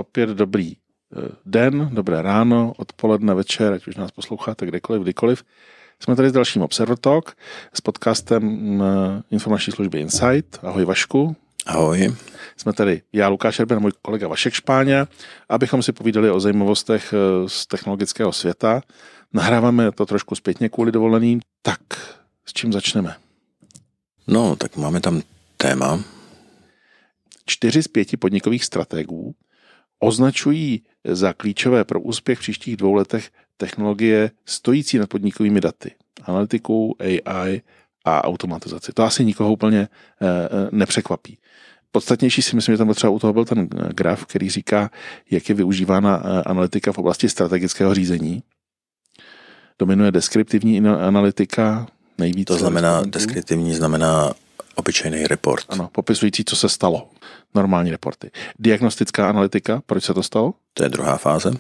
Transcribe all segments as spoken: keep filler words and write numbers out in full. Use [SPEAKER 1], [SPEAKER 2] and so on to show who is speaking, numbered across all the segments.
[SPEAKER 1] opět dobrý den, dobré ráno, odpoledne, večer, ať už nás posloucháte kdekoliv, kdykoliv. Jsme tady s dalším Observer-Talk s podcastem informační služby Insight. Ahoj Vašku.
[SPEAKER 2] Ahoj.
[SPEAKER 1] Jsme tady já, Lukáš Erben, a můj kolega Vašek Špáňa, abychom si povídali o zajímavostech z technologického světa. Nahráváme to trošku zpětně kvůli dovoleným. Tak, s čím začneme?
[SPEAKER 2] No, tak máme tam téma.
[SPEAKER 1] Čtyři z pěti podnikových strategů označují za klíčové pro úspěch v příštích dvou letech technologie stojící nad podnikovými daty, analytikou, A I a automatizaci. To asi nikoho úplně nepřekvapí. Podstatnější si myslím, že tam třeba u toho byl ten graf, který říká, jak je využívána analytika v oblasti strategického řízení. Dominuje deskriptivní analytika nejvíce.
[SPEAKER 2] To znamená, deskriptivní znamená obyčejný report.
[SPEAKER 1] Ano, popisující, co se stalo. Normální reporty. Diagnostická analytika, proč se to stalo?
[SPEAKER 2] To je druhá fáze.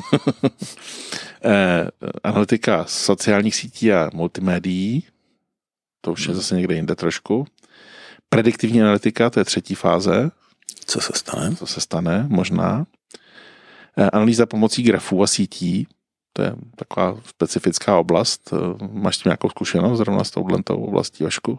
[SPEAKER 1] eh, analytika sociálních sítí a multimédií, to už je hmm. zase někde jinde trošku. Prediktivní analytika, to je třetí fáze.
[SPEAKER 2] Co se stane?
[SPEAKER 1] Co se stane, možná. Eh, analýza pomocí grafů a sítí, to je taková specifická oblast. Máš s tím nějakou zkušenost zrovna s touhletou oblastí, Vašku?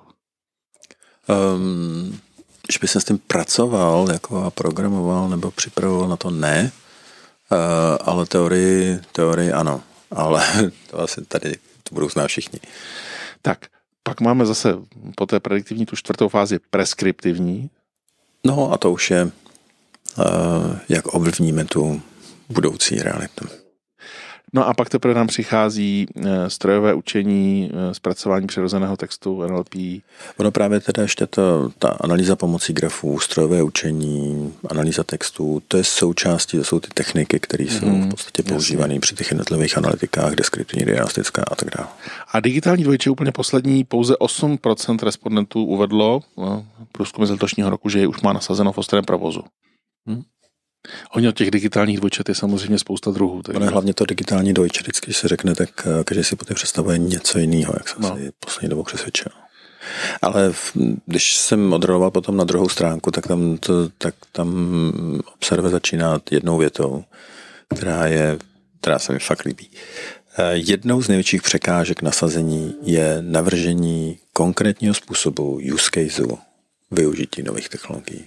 [SPEAKER 2] Um, když by se s tím pracoval jako a programoval nebo připravoval na to, ne. Uh, ale teorii, teorii ano. Ale to asi tady to budou znát všichni.
[SPEAKER 1] Tak, pak máme zase po té prediktivní tu čtvrtou fázi preskriptivní.
[SPEAKER 2] No a to už je, uh, jak ovlivníme tu budoucí realitu.
[SPEAKER 1] No a pak teprve nám přichází strojové učení, zpracování přirozeného textu, N L P.
[SPEAKER 2] Ono právě teda ještě to, ta analýza pomocí grafů, strojové učení, analýza textů, to je součástí, to jsou ty techniky, které jsou mm, v podstatě používané při těch jednotlivých analytikách, deskriptivní, diagnostická a tak dále.
[SPEAKER 1] A digitální dvojče úplně poslední, pouze osm procent respondentů uvedlo no, průzkumy z letošního roku, že je už má nasazeno v ostrém provozu. Hm? Oni od těch digitálních dvojčat je samozřejmě spousta druhů. Takže...
[SPEAKER 2] Ale hlavně to digitální dvojče, vždycky se řekne, tak každý si poté představuje něco jiného, jak jsem no. si poslední dobou přesvědčil. Ale v, když jsem odroloval potom na druhou stránku, tak tam, to, tak tam Observer začíná jednou větou, která je, která se mi fakt líbí. Jednou z největších překážek nasazení je navržení konkrétního způsobu use caseu využití nových technologií.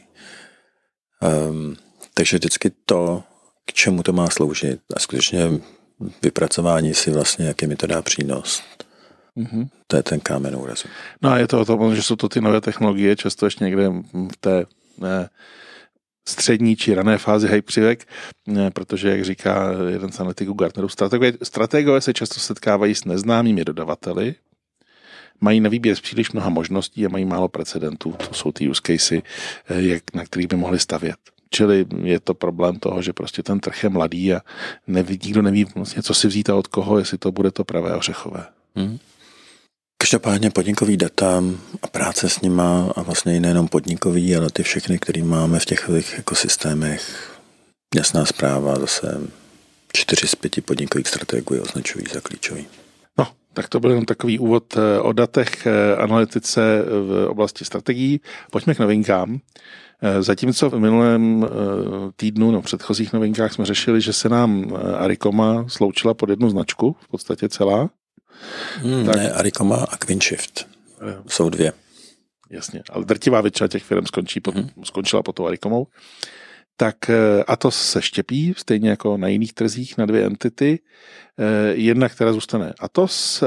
[SPEAKER 2] Um, Takže vždycky to, k čemu to má sloužit a skutečně vypracování si vlastně, jaký mi to dá přínos. Mm-hmm. To je ten kámen úrazu.
[SPEAKER 1] No a je to o tom, že jsou to ty nové technologie, často ještě někde v té ne, střední či rané fázi hypřivek, ne, protože, jak říká jeden z analytiků Gartnerů, strategové, strategové se často setkávají s neznámými dodavateli, mají na výběr z příliš mnoha možností a mají málo precedentů. To jsou ty use casey, jak, na kterých by mohli stavět. Čili je to problém toho, že prostě ten trh je mladý a neví, nikdo neví vlastně, co si vzít a od koho, jestli to bude to pravé ořechové. Hmm.
[SPEAKER 2] Každopádně podnikový data a práce s nima a vlastně i nejenom podnikový, ale ty všechny, které máme v těch ekosystémech, jasná zpráva, zase čtyři z pěti podnikových strategií označují za klíčový.
[SPEAKER 1] No, tak to byl jen takový úvod o datech, analytice v oblasti strategií. Pojďme k novinkám. Zatímco v minulém týdnu, no v předchozích novinkách jsme řešili, že se nám Arikoma sloučila pod jednu značku, v podstatě celá.
[SPEAKER 2] Hmm, tak... Ne, Arikoma a QuinShift. Jsou dvě.
[SPEAKER 1] Jasně, ale drtivá většina těch firm skončí pod, hmm. skončila pod tou Arikomou. Tak Atos se štěpí, stejně jako na jiných trzích, na dvě entity. Jedna, která zůstane Atos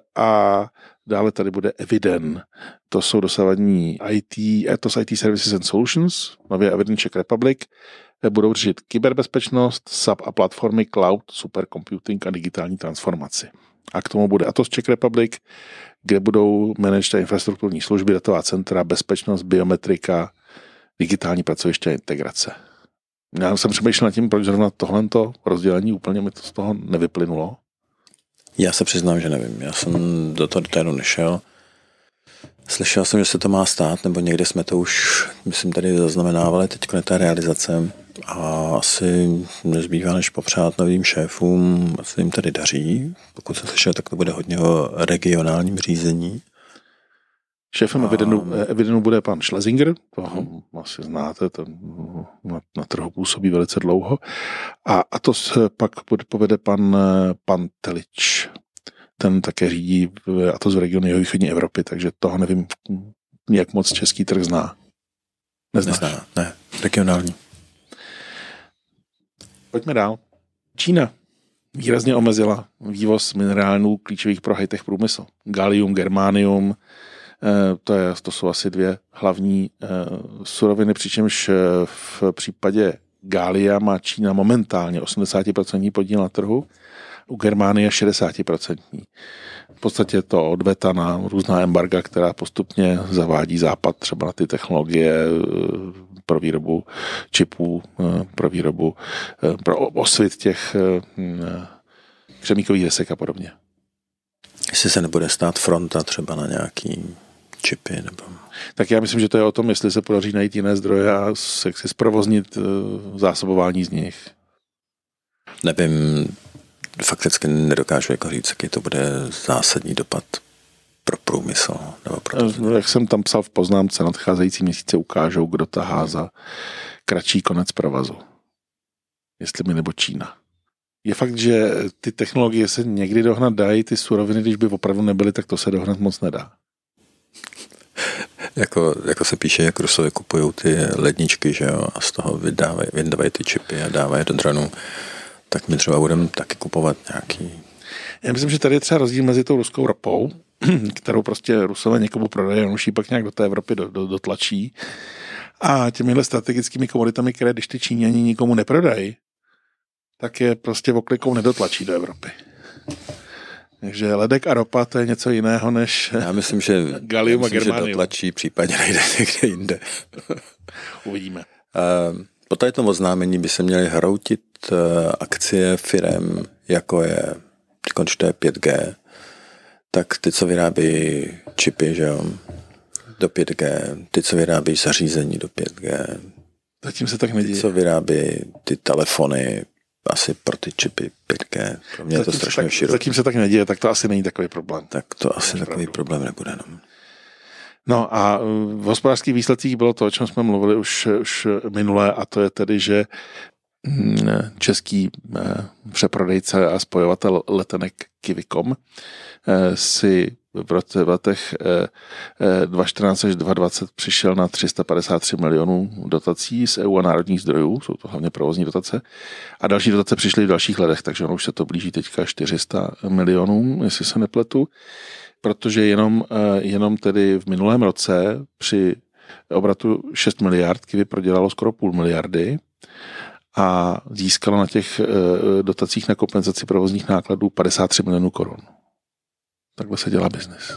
[SPEAKER 1] a dále tady bude Eviden. To jsou dosavadní I T, Atos I T Services and Solutions, nově Eviden Czech Republic. Budou řešit kyberbezpečnost, sub a platformy, cloud, supercomputing a digitální transformaci. A k tomu bude Atos Czech Republic, kde budou managed infrastrukturní služby, datová centra, bezpečnost, biometrika, digitální pracoviště a integrace. Já jsem přemýšlel nad tím, proč zrovna tohleto rozdělení úplně mi to z toho nevyplynulo.
[SPEAKER 2] Já se přiznám, že nevím. Já jsem do toho detailu nešel. Slyšel jsem, že se to má stát, nebo někde jsme to už, myslím, tady zaznamenávali teď ta realizace a asi nezbývá, než popřát novým šéfům, asi jim tady daří. Pokud jsem slyšel, tak to bude hodně o regionálním řízení.
[SPEAKER 1] Šéfem Evidenu, Evidenu bude pan Schlesinger, toho uh-huh. asi znáte, ten na, na trhu působí velice dlouho. A Atos pak povede pan, pan Telič. Ten také řídí Atos v regionu jihovýchodní Evropy, takže toho nevím, jak moc český trh zná. Neznáš?
[SPEAKER 2] Nezná, ne, regionální.
[SPEAKER 1] Pojďme dál. Čína výrazně omezila vývoz minerálů klíčových pro high-tech průmysl. Gallium, germanium, to, je, to jsou asi dvě hlavní suroviny, přičemž v případě galia má Čína momentálně osmdesát procent podíl na trhu, u Germánie šedesát procent. V podstatě to odveta na různá embarga, která postupně zavádí Západ třeba na ty technologie pro výrobu čipů, pro výrobu, pro osvit těch křemíkových desek a podobně.
[SPEAKER 2] Jestli se nebude stát fronta třeba na nějaký čipy nebo...
[SPEAKER 1] Tak já myslím, že to je o tom, jestli se podaří najít jiné zdroje a se si zprovoznit zásobování z nich.
[SPEAKER 2] Nevím, fakticky nedokážu jako říct, jaký to bude zásadní dopad pro průmysl. Nebo pro
[SPEAKER 1] to, jak jsem tam psal v poznámce, nadcházející měsíce ukážou, kdo tahá za kratší konec provazu. Jestli my nebo Čína. Je fakt, že ty technologie se někdy dohnat dají, ty suroviny, když by opravdu nebyly, tak to se dohnat moc nedá.
[SPEAKER 2] jako, jako se píše, jak Rusové kupují ty ledničky, že jo, a z toho vydávají, vydávají ty čipy a dávají do dronů, tak my třeba budeme taky kupovat nějaký...
[SPEAKER 1] Já myslím, že tady je třeba rozdíl mezi tou ruskou ropou, kterou prostě Rusové někomu prodají, on už ji pak nějak do té Evropy do, do, dotlačí, a těmihle strategickými komoditami, které když ty Číňani nikomu neprodají, tak je prostě oklikou nedotlačí do Evropy. Takže ledek a ropa, to je něco jiného než
[SPEAKER 2] já myslím, že,
[SPEAKER 1] galium
[SPEAKER 2] já
[SPEAKER 1] myslím,
[SPEAKER 2] a germanium. Že dotlačí, případně najde někde jinde.
[SPEAKER 1] Uvidíme.
[SPEAKER 2] Uh, po tady tom oznámení by se měly hroutit uh, akcie firem, jako je, když to je pět G, tak ty, co vyrábí čipy, že jo, do pět G, ty, co vyrábí zařízení do pět G.
[SPEAKER 1] Zatím se tak neděje.
[SPEAKER 2] Ty, co vyrábí ty telefony, asi pro ty čipy pět G. Pro mě zatím je to strašně široké.
[SPEAKER 1] Zatím se tak neděje, tak to asi není takový problém.
[SPEAKER 2] Tak to asi takový pravdu. Problém nebude. No.
[SPEAKER 1] No a v hospodářských výsledcích bylo to, o čem jsme mluvili už, už minule, a to je tedy, že český přeprodejce a spojovatel letenek Kiwi.com si v letech dva tisíce čtrnáct až dva tisíce dvacet přišel na tři sta padesát tři milionů dotací z E U a národních zdrojů, jsou to hlavně provozní dotace, a další dotace přišly v dalších letech, takže ono už se to blíží teďka čtyři sta milionů, jestli se nepletu, protože jenom, jenom tedy v minulém roce při obratu šest miliard Kiwi prodělalo skoro půl miliardy a získalo na těch dotacích na kompenzaci provozních nákladů padesát tři milionů korun. Takhle se dělá biznes.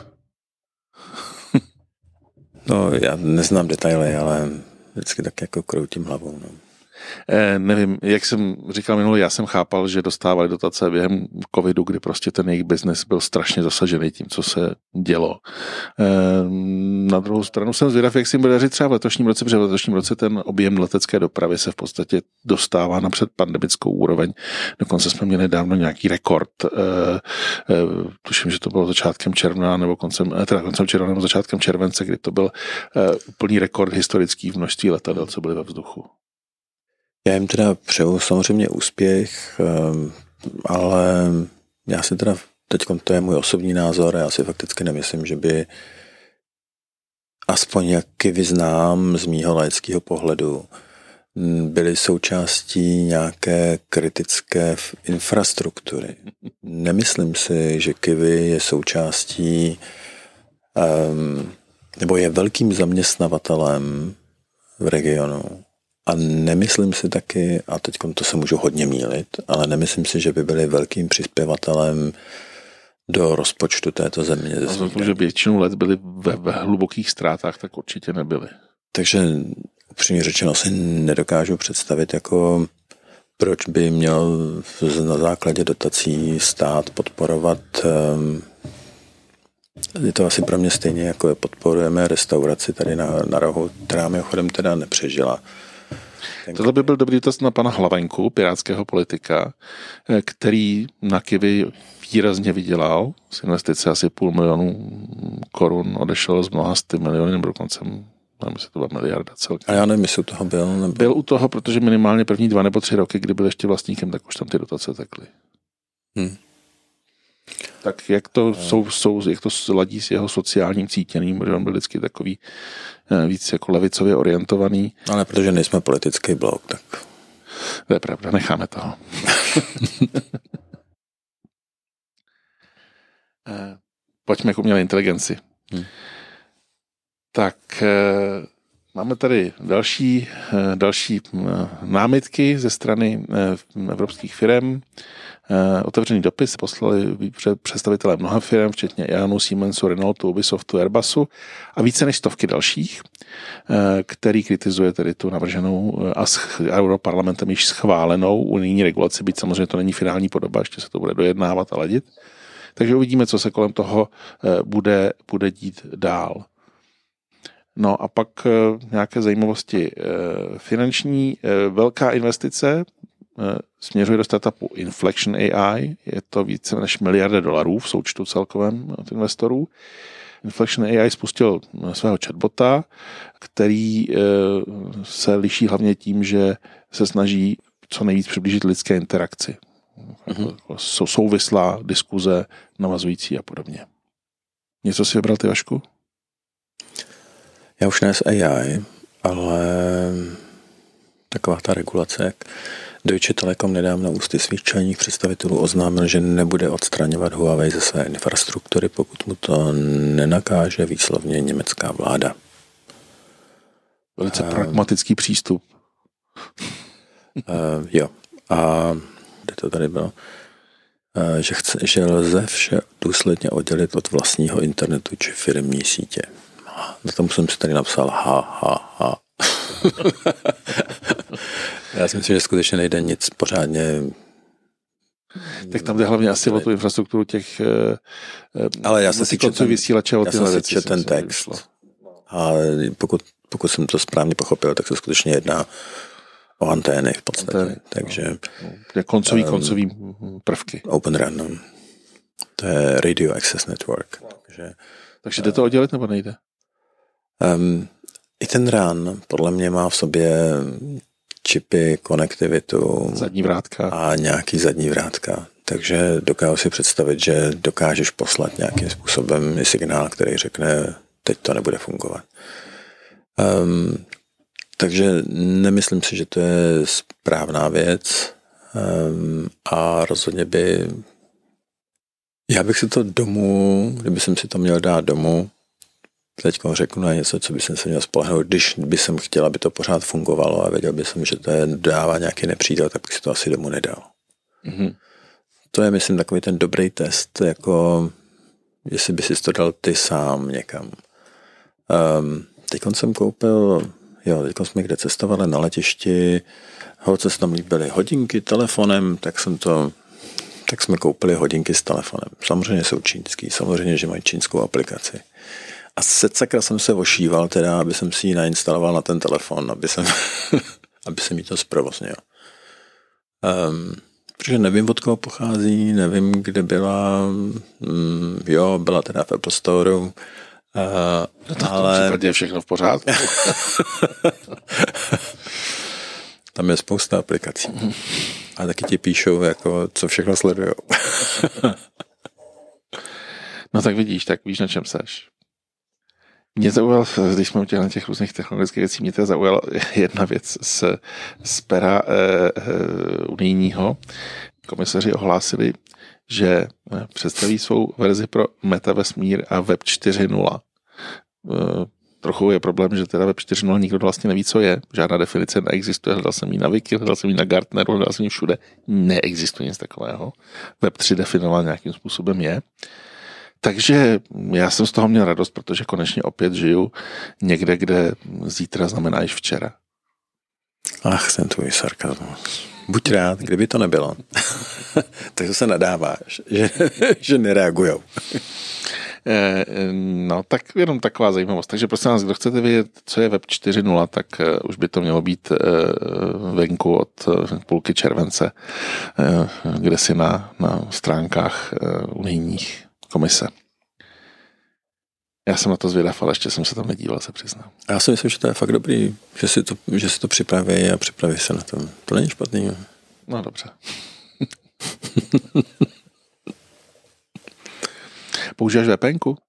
[SPEAKER 2] No, já neznám detaily, ale vždycky tak jako kroutím hlavou. No.
[SPEAKER 1] Eh, nevím, jak jsem říkal minule, já jsem chápal, že dostávali dotace během covidu, kdy prostě ten jejich biznes byl strašně zasažený tím, co se dělo. Eh, na druhou stranu jsem zvědav, jak si jim bude dařit třeba v letošním roce, protože v letošním roce ten objem letecké dopravy se v podstatě dostává na předpandemickou úroveň. Dokonce jsme měli dávno nějaký rekord. Eh, eh, tuším, že to bylo začátkem června nebo koncem, eh, teda koncem června nebo začátkem července, kdy to byl eh, úplný rekord historický v množství letadel, co byly ve vzduchu.
[SPEAKER 2] Já jim teda přeju samozřejmě úspěch, ale já si teda, teď to je můj osobní názor, já si fakticky nemyslím, že by aspoň jaký vyznám z mýho laického pohledu byly součástí nějaké kritické infrastruktury. Nemyslím si, že Kiwi je součástí nebo je velkým zaměstnavatelem v regionu. A nemyslím si taky, a teď to se můžu hodně mýlit, ale nemyslím si, že by byli velkým přispěvatelem do rozpočtu této země.
[SPEAKER 1] A to, že většinu let byli ve, ve hlubokých ztrátách, tak určitě nebyli.
[SPEAKER 2] Takže upřímně řečeno si nedokážu představit, jako proč by měl na základě dotací stát podporovat. Je to asi pro mě stejně, jako podporujeme restauraci tady na, na rohu, která mimochodem teda nepřežila.
[SPEAKER 1] Tohle by byl dobrý dotaz na pana Hlavenku, pirátského politika, který na Kiwi výrazně vydělal. Z investice asi půl milionu korun odešel z mnoha sty miliony, nebo dokonce nevím, jestli to byla miliarda celkem.
[SPEAKER 2] A já nevím, jestli u toho byl. Nebo...
[SPEAKER 1] Byl u toho, protože minimálně první dva nebo tři roky, kdy byl ještě vlastníkem, tak už tam ty dotace tekly. Hmm. Tak jak to, jsou, jsou, jak to ladí s jeho sociálním cítěním, protože on byl vždycky takový víc jako levicově orientovaný.
[SPEAKER 2] Ale protože nejsme politický blok, tak...
[SPEAKER 1] To je pravda, necháme toho. Pojďme k umělé inteligenci. Hmm. Tak máme tady další, další námitky ze strany evropských firem. Otevřený dopis poslali představitelé mnoha firm, včetně Eonu, Siemensu, Renaultu, Ubisoftu, Airbusu a více než stovky dalších, který kritizuje tedy tu navrženou a Europarlamentem již schválenou unijní regulaci, byť samozřejmě to není finální podoba, ještě se to bude dojednávat a ladit. Takže uvidíme, co se kolem toho bude, bude dít dál. No a pak nějaké zajímavosti finanční. Velká investice směřuje do startupu Inflection A I. Je to více než miliarda dolarů v součtu celkovém od investorů. Inflection A I spustil svého chatbota, který se liší hlavně tím, že se snaží co nejvíc přiblížit lidské interakci. Mm-hmm. Souvislá diskuze, navazující a podobně. Něco si vybral ty, Vašku?
[SPEAKER 2] Já už ne s A I, ale taková ta regulace, jak Deutsche Telekom nedávno ústy svých čelních představitelů oznámil, že nebude odstraňovat Huawei ze své infrastruktury, pokud mu to nenakáže výslovně německá vláda.
[SPEAKER 1] Velice uh, pragmatický přístup.
[SPEAKER 2] Uh, jo. A kde to tady bylo? Uh, že, chce, že lze vše důsledně oddělit od vlastního internetu či firmní sítě. Na tom jsem si tady napsal ha, ha, ha. Já si myslím, že skutečně nejde nic pořádně.
[SPEAKER 1] Tak tam jde hlavně asi o tu infrastrukturu těch
[SPEAKER 2] ale já jsem si četl
[SPEAKER 1] vysílače o tyhle
[SPEAKER 2] věci. ten text. A pokud, pokud jsem to správně pochopil, tak se skutečně jedná o antény v podstatě. Antény, takže
[SPEAKER 1] no. koncový, um, koncový prvky.
[SPEAKER 2] Open RAN. To je Radio Access Network. Takže,
[SPEAKER 1] takže jde to oddělit nebo nejde?
[SPEAKER 2] Um, I ten RAN podle mě má v sobě čipy, konektivitu
[SPEAKER 1] zadní vrátka
[SPEAKER 2] a nějaký zadní vrátka. Takže dokážu si představit, že dokážeš poslat nějakým způsobem signál, který řekne, teď to nebude fungovat. Um, takže nemyslím si, že to je správná věc um, a rozhodně by já bych si to domů, kdyby jsem si to měl dát domů, teď řeknu na něco, co bych se měl spolehnout, když by jsem chtěl, aby to pořád fungovalo a věděl bych jsem, že to je, dává nějaký nepřítel, tak bych si to asi domů nedal. Mm-hmm. To je, myslím, takový ten dobrý test, jako jestli by si to dal ty sám někam. Um, teď jsem koupil, jo, teď jsme kde cestovali na letišti, holce se tam líbily hodinky telefonem, tak jsem to, tak jsme koupili hodinky s telefonem. Samozřejmě jsou čínský, samozřejmě, že mají čínskou aplikaci. A secakra jsem se ošíval, teda, aby jsem si ji nainstaloval na ten telefon, aby jsem, aby jsem jí to zprovoznil. Um, protože nevím, od koho pochází, nevím, kde byla, um, jo, byla teda v Apple Store, uh,
[SPEAKER 1] no to
[SPEAKER 2] ale...
[SPEAKER 1] v případě je všechno v pořádku.
[SPEAKER 2] Tam je spousta aplikací. A taky ti píšou, jako, co všechno sledujou.
[SPEAKER 1] No tak vidíš, tak víš, na čem seš. Mě zaujal, když jsme u těch, těch různých technologických věcí, mě teda zaujala jedna věc z, z pera uh, uh, unijního. Komisaři ohlásili, že představí svou verzi pro metavesmír a web čtyři tečka nula. Uh, trochu je problém, že teda web čtyři tečka nula nikdo vlastně neví, co je. Žádná definice neexistuje. Hledal jsem ji na Wiki, hledal jsem ji na Gartneru, hledal jsem ji všude. Neexistuje nic takového. web tři definován nějakým způsobem je. Takže já jsem z toho měl radost, protože konečně opět žiju někde, kde zítra znamená již včera.
[SPEAKER 2] Ach, ten tvůj sarkazmus. Buď rád, kdyby to nebylo. Takže se nadáváš, že, že nereagujou.
[SPEAKER 1] No, tak jenom taková zajímavost. Takže prosím vás, kdo chcete vědět, co je web čtyři tečka nula, tak už by to mělo být venku od půlky července, kde si na, na stránkách unijních komise. Já jsem na to zvědav, ale ještě jsem se tam nedíval, se přiznám.
[SPEAKER 2] Já si myslím, že to je fakt dobrý, že si to, že si to připraví a připraví se na to. To není špatný.
[SPEAKER 1] No dobře. Používáš VPNku?
[SPEAKER 2] Uh,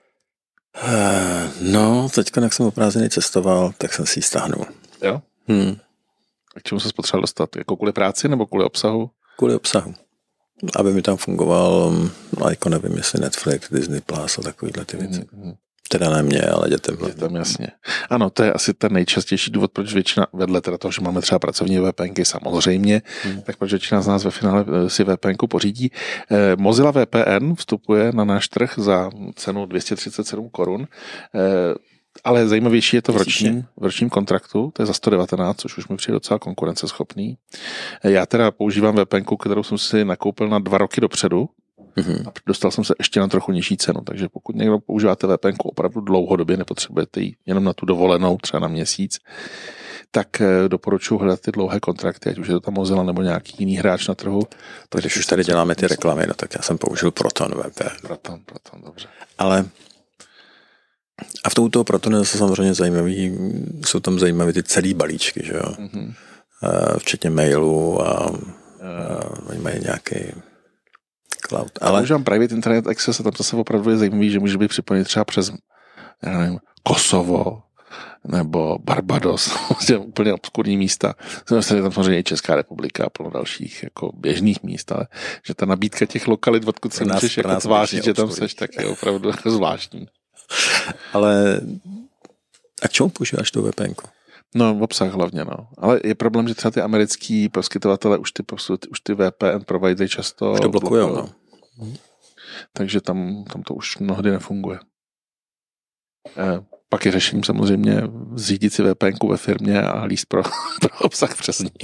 [SPEAKER 2] no, teďka, jak jsem o prázdniny cestoval, tak jsem si ji stáhnul.
[SPEAKER 1] Jo?
[SPEAKER 2] Hmm.
[SPEAKER 1] A k čemu se potřeboval dostat? Jako kvůli práci nebo kvůli obsahu?
[SPEAKER 2] Kvůli obsahu. Aby mi tam fungoval, no, jako nevím, jestli Netflix, Disney Plus a takovýhle ty věci. Mm-hmm. Teda ne mě, ale dětem.
[SPEAKER 1] Dětem, jasně. Ano, to je asi ten nejčastější důvod, proč většina, vedle teda toho, že máme třeba pracovní VPNky samozřejmě, hmm. tak proč většina z nás ve finále si VPNku pořídí. Eh, Mozilla V P N vstupuje na náš trh za cenu dvě stě třicet sedm korun, eh, ale zajímavější je to v ročním, v ročním kontraktu, to je za sto devatenáct, což už mi přijde docela konkurenceschopný. Eh, já teda používám VPNku, kterou jsem si nakoupil na dva roky dopředu, Mm-hmm. a dostal jsem se ještě na trochu nižší cenu, takže pokud někdo používáte VPNku opravdu dlouhodobě, nepotřebujete ji jenom na tu dovolenou, třeba na měsíc, tak doporučuji hledat ty dlouhé kontrakty, ať už je to ta Mozilla nebo nějaký jiný hráč na trhu.
[SPEAKER 2] Tak když už tady děláme ty reklamy, no tak já jsem použil Proton V P N.
[SPEAKER 1] Proton, Proton, dobře.
[SPEAKER 2] Ale a v touto Protonu jsou samozřejmě zajímavý, jsou tam zajímavé ty celý balíčky, že jo? Mm-hmm. Včetně mailů a, a oni mají nějaký cloud.
[SPEAKER 1] Ale používám private internet access a tam zase opravdu je zajímavý, že může být připojený třeba přes, já nevím, Kosovo nebo Barbados, úplně obskurní místa. Myslím, tam samozřejmě i Česká republika a plno dalších jako běžných míst, ale že ta nabídka těch lokalit, odkud se můžeš jako tvářit, že tam seš, tak je opravdu jako zvláštní.
[SPEAKER 2] Ale a k čemu používáš tu VPNku?
[SPEAKER 1] No, obsah hlavně, no. Ale je problém, že třeba ty americký poskytovatele už ty, už ty V P N providery často
[SPEAKER 2] už to blokujou, no.
[SPEAKER 1] Takže tam, tam to už mnohdy nefunguje. Eh, pak je řešením samozřejmě zřídit si VPNku ve firmě a líst pro, pro obsah přes ní.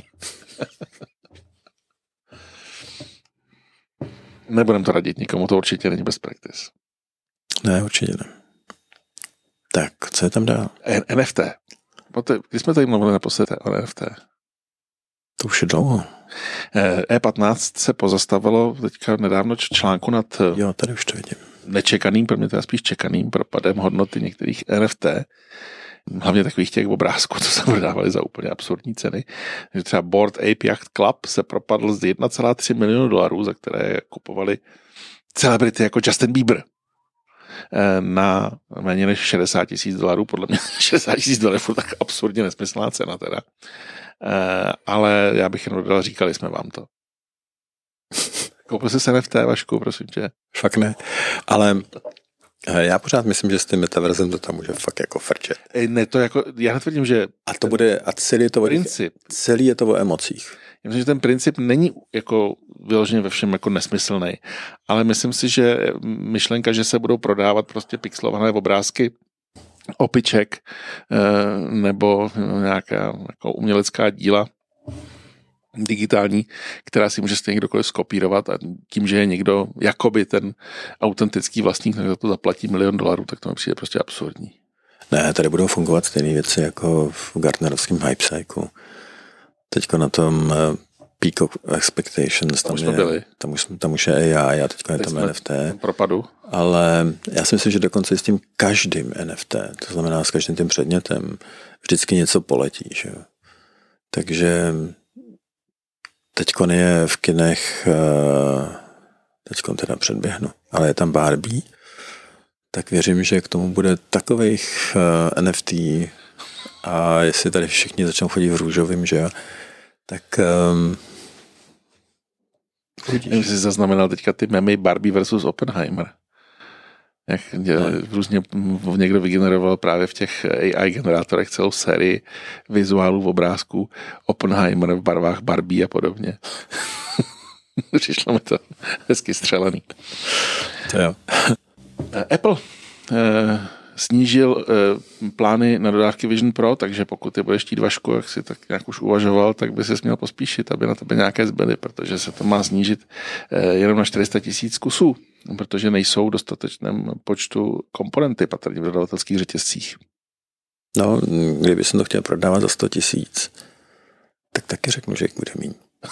[SPEAKER 1] Nebudem to radit nikomu, to určitě není best practice.
[SPEAKER 2] Ne, určitě ne. Tak, co je tam dál?
[SPEAKER 1] N F T. Když jsme tady mluvili naposledy o N F T.
[SPEAKER 2] To už je dlouho.
[SPEAKER 1] E patnáct se pozastavilo teďka nedávno článku nad
[SPEAKER 2] jo, tady už to vidím.
[SPEAKER 1] nečekaným, pro mě to je spíš čekaným propadem hodnoty některých N F T. Hlavně takových těch obrázků, co se prodávali za úplně absurdní ceny. Že třeba Bored Ape Yacht Club se propadl z jedna celá tři milionu dolarů, za které kupovali celebrity jako Justin Bieber na méně než šedesát tisíc dolarů. Podle mě šedesát tisíc dolarů je tak absurdně nesmyslná cena teda. Ale já bych jenom dodal, říkali jsme vám to. Koupil jsi se N F T, Vašku, prosím tě.
[SPEAKER 2] Fakt ne, ale já pořád myslím, že s tím metaverzem to tam může fakt jako frčet.
[SPEAKER 1] Ne, to jako, já netvrdím, že...
[SPEAKER 2] A to bude, a celý je to o
[SPEAKER 1] princip.
[SPEAKER 2] Celý je to o emocích.
[SPEAKER 1] Já myslím, že ten princip není jako vyloženě ve všem jako nesmyslný, ale myslím si, že myšlenka, že se budou prodávat prostě pixelované obrázky opiček nebo nějaká jako umělecká díla digitální, která si může stejně kdokoliv skopírovat a tím, že je někdo jakoby ten autentický vlastník, tak za to zaplatí milion dolarů, tak to mi přijde prostě absurdní.
[SPEAKER 2] Ne, tady budou fungovat stejné věci jako v Gartnerovském hype cycle. Teďko na tom Peak of Expectations, tam, tam, je, tam, už, tam už je A I a teďko je tam N F T.
[SPEAKER 1] Propadu.
[SPEAKER 2] Ale já si myslím, že dokonce s tím každým N F T, to znamená s každým tím předmětem, vždycky něco poletí. Že? Takže teďkon je v kinech, teďkon teda předběhnu, ale je tam Barbie, tak věřím, že k tomu bude takových N F T a jestli tady všichni začnou chodit v růžovým, že jo, tak um,
[SPEAKER 1] já jsi zaznamenal teďka ty memy Barbie versus Oppenheimer. Jak různě někdo vygeneroval právě v těch A I generátorech celou sérii vizuálů v obrázku Oppenheimer v barvách Barbie a podobně. Přišlo mi to hezky střelený.
[SPEAKER 2] To jo.
[SPEAKER 1] Apple eh, snížil eh, plány na dodávky Vision Pro, takže pokud ty budeš chtít, Vašku, jak si tak nějak už uvažoval, tak by ses měl pospíšit, aby na tebe nějaké zbyly, protože se to má snížit eh, jenom na čtyři sta tisíc kusů. protože nejsou v dostatečném počtu komponenty patrně v dodavatelských řetězcích.
[SPEAKER 2] No, kdyby jsem to chtěl prodávat za sto tisíc, tak taky řeknu, že jich bude míň.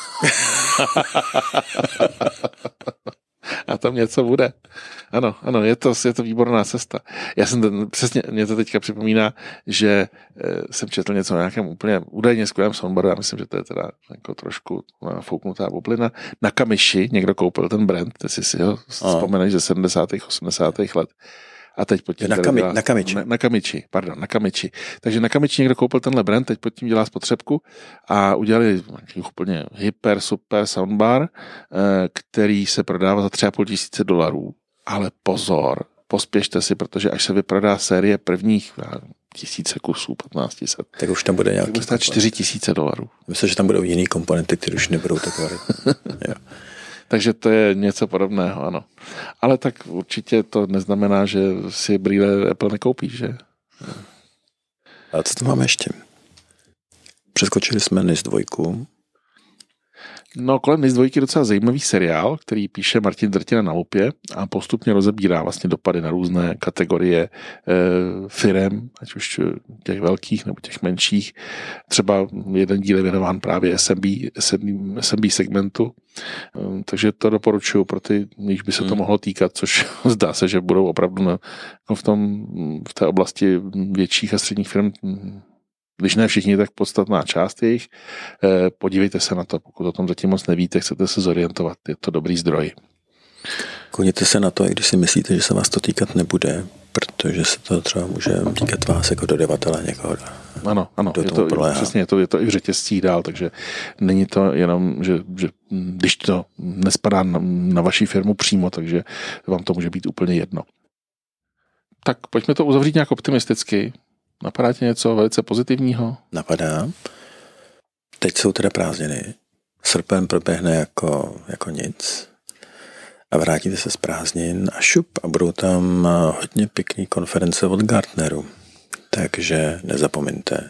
[SPEAKER 1] A tam něco bude. Ano, ano, je to, je to výborná cesta. Já jsem ten, přesně, mě to teďka připomíná, že e, jsem četl něco o nějakém úplně údajně skvělém soundbaru, já myslím, že to je teda jako trošku fouknutá bublina. Na Kamiši někdo koupil ten brand, ty si si ho vzpomeneš ze sedmdesátých osmdesátých let. A teď pod tím
[SPEAKER 2] na, kami,
[SPEAKER 1] dělá,
[SPEAKER 2] na Kamiči.
[SPEAKER 1] Na, na Kamiči, pardon, na Kamiči. Takže na Kamiči někdo koupil tenhle brand, teď pod tím dělá spotřebku a udělali úplně hyper, super soundbar, který se prodává za tři a půl tisíce dolarů. Ale pozor, pospěšte si, protože až se vyprodá série prvních tisíce kusů, patnáct set.
[SPEAKER 2] Tak už tam bude nějaký.
[SPEAKER 1] Tak bude čtyři tisíce dolarů.
[SPEAKER 2] Myslím, že tam budou jiný komponenty, které už nebudou tak kvalitní.
[SPEAKER 1] Takže to je něco podobného, ano. Ale tak určitě to neznamená, že si brýle Apple nekoupíš, že?
[SPEAKER 2] A co to máme ještě? Přeskočili jsme N I S dva.
[SPEAKER 1] No, kolem N I S dva je docela zajímavý seriál, který píše Martin Drtina na Lupě a postupně rozebírá vlastně dopady na různé kategorie e, firem, ať už těch velkých nebo těch menších. Třeba jeden díl je věnován právě S M B, S M B segmentu, e, takže to doporučuji pro ty, když by se to hmm. mohlo týkat, což zdá se, že budou opravdu na, v, tom, v té oblasti větších a středních firm, když ne všichni, tak podstatná část jejich. Podívejte se na to, pokud o tom zatím moc nevíte, chcete se zorientovat, je to dobrý zdroj.
[SPEAKER 2] Koukněte se na to, i když si myslíte, že se vás to týkat nebude, protože se to třeba může týkat vás jako dodavatele někoho.
[SPEAKER 1] Ano, ano, je to, přesně, je to, je to i v řetězcích dál, takže není to jenom, že, že když to nespadá na, na vaši firmu přímo, takže vám to může být úplně jedno. Tak pojďme to uzavřít nějak optimisticky. Napadá tě něco velice pozitivního?
[SPEAKER 2] Napadá. Teď jsou teda prázdniny. Srpen proběhne jako, jako nic. A vrátíte se z prázdnin a šup a budou tam hodně pěkný konference od Gartneru. Takže nezapomeňte,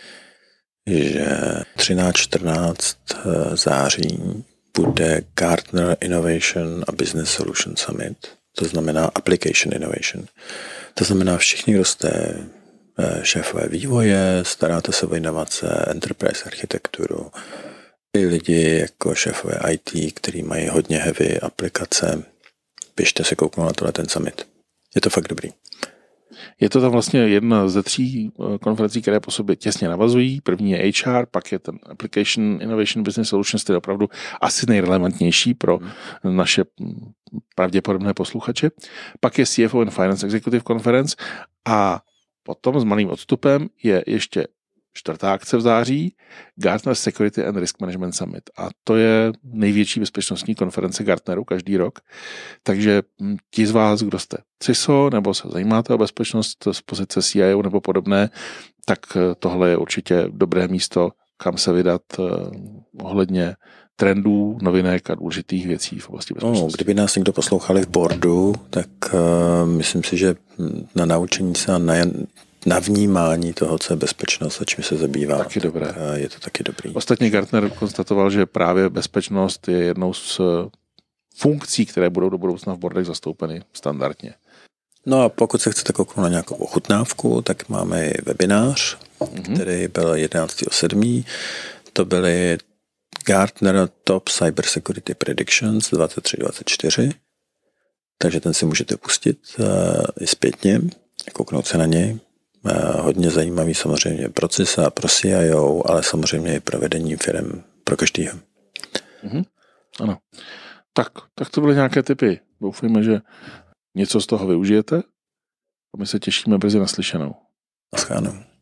[SPEAKER 2] že třináct čtrnáct září bude Gartner Innovation a Business Solution Summit. To znamená Application Innovation. To znamená všichni, kdo jste šéfové vývoje, staráte se o inovace, enterprise architekturu, i lidi jako šéfové I T, který mají hodně heavy aplikace. Běžte se kouknout na tohle ten summit. Je to fakt dobrý.
[SPEAKER 1] Je to tam vlastně jedna ze tří konferencí, které po sobě těsně navazují. První je H R, pak je ten Application Innovation Business Solutions, který je opravdu asi nejrelevantnější pro naše pravděpodobné posluchače. Pak je C F O and Finance Executive Conference a potom s malým odstupem je ještě čtvrtá akce v září, Gartner Security and Risk Management Summit. A to je největší bezpečnostní konference Gartneru každý rok. Takže ti z vás, kdo jste C I S O nebo se zajímáte o bezpečnost z pozice C I O nebo podobné, tak tohle je určitě dobré místo, kam se vydat ohledně trendů, novinek a důležitých věcí v oblasti bezpečnosti.
[SPEAKER 2] No, kdyby nás někdo poslouchali v boardu, tak uh, myslím si, že na naučení se a na, na vnímání toho, co je bezpečnost a čím se zabývá,
[SPEAKER 1] taky
[SPEAKER 2] tak,
[SPEAKER 1] dobré.
[SPEAKER 2] Uh, je to taky dobrý.
[SPEAKER 1] Ostatně Gartner konstatoval, že právě bezpečnost je jednou z funkcí, které budou do budoucna v boardech zastoupeny standardně.
[SPEAKER 2] No a pokud se chcete kouknout na nějakou ochutnávku, tak máme i webinář, mm-hmm. který byl jedenáctého sedmého To byly Gartner Top Cybersecurity Predictions dvacet tři dvacet čtyři Takže ten si můžete pustit uh, i zpětně, kouknout se na něj. Uh, hodně zajímavý samozřejmě pro C I S A, pro C I O, ale samozřejmě i pro vedení firem pro každýho.
[SPEAKER 1] Mm-hmm. Ano. Tak, tak to byly nějaké tipy. Doufujeme, že něco z toho využijete a my se těšíme brzy naslyšenou.
[SPEAKER 2] Naschledanou.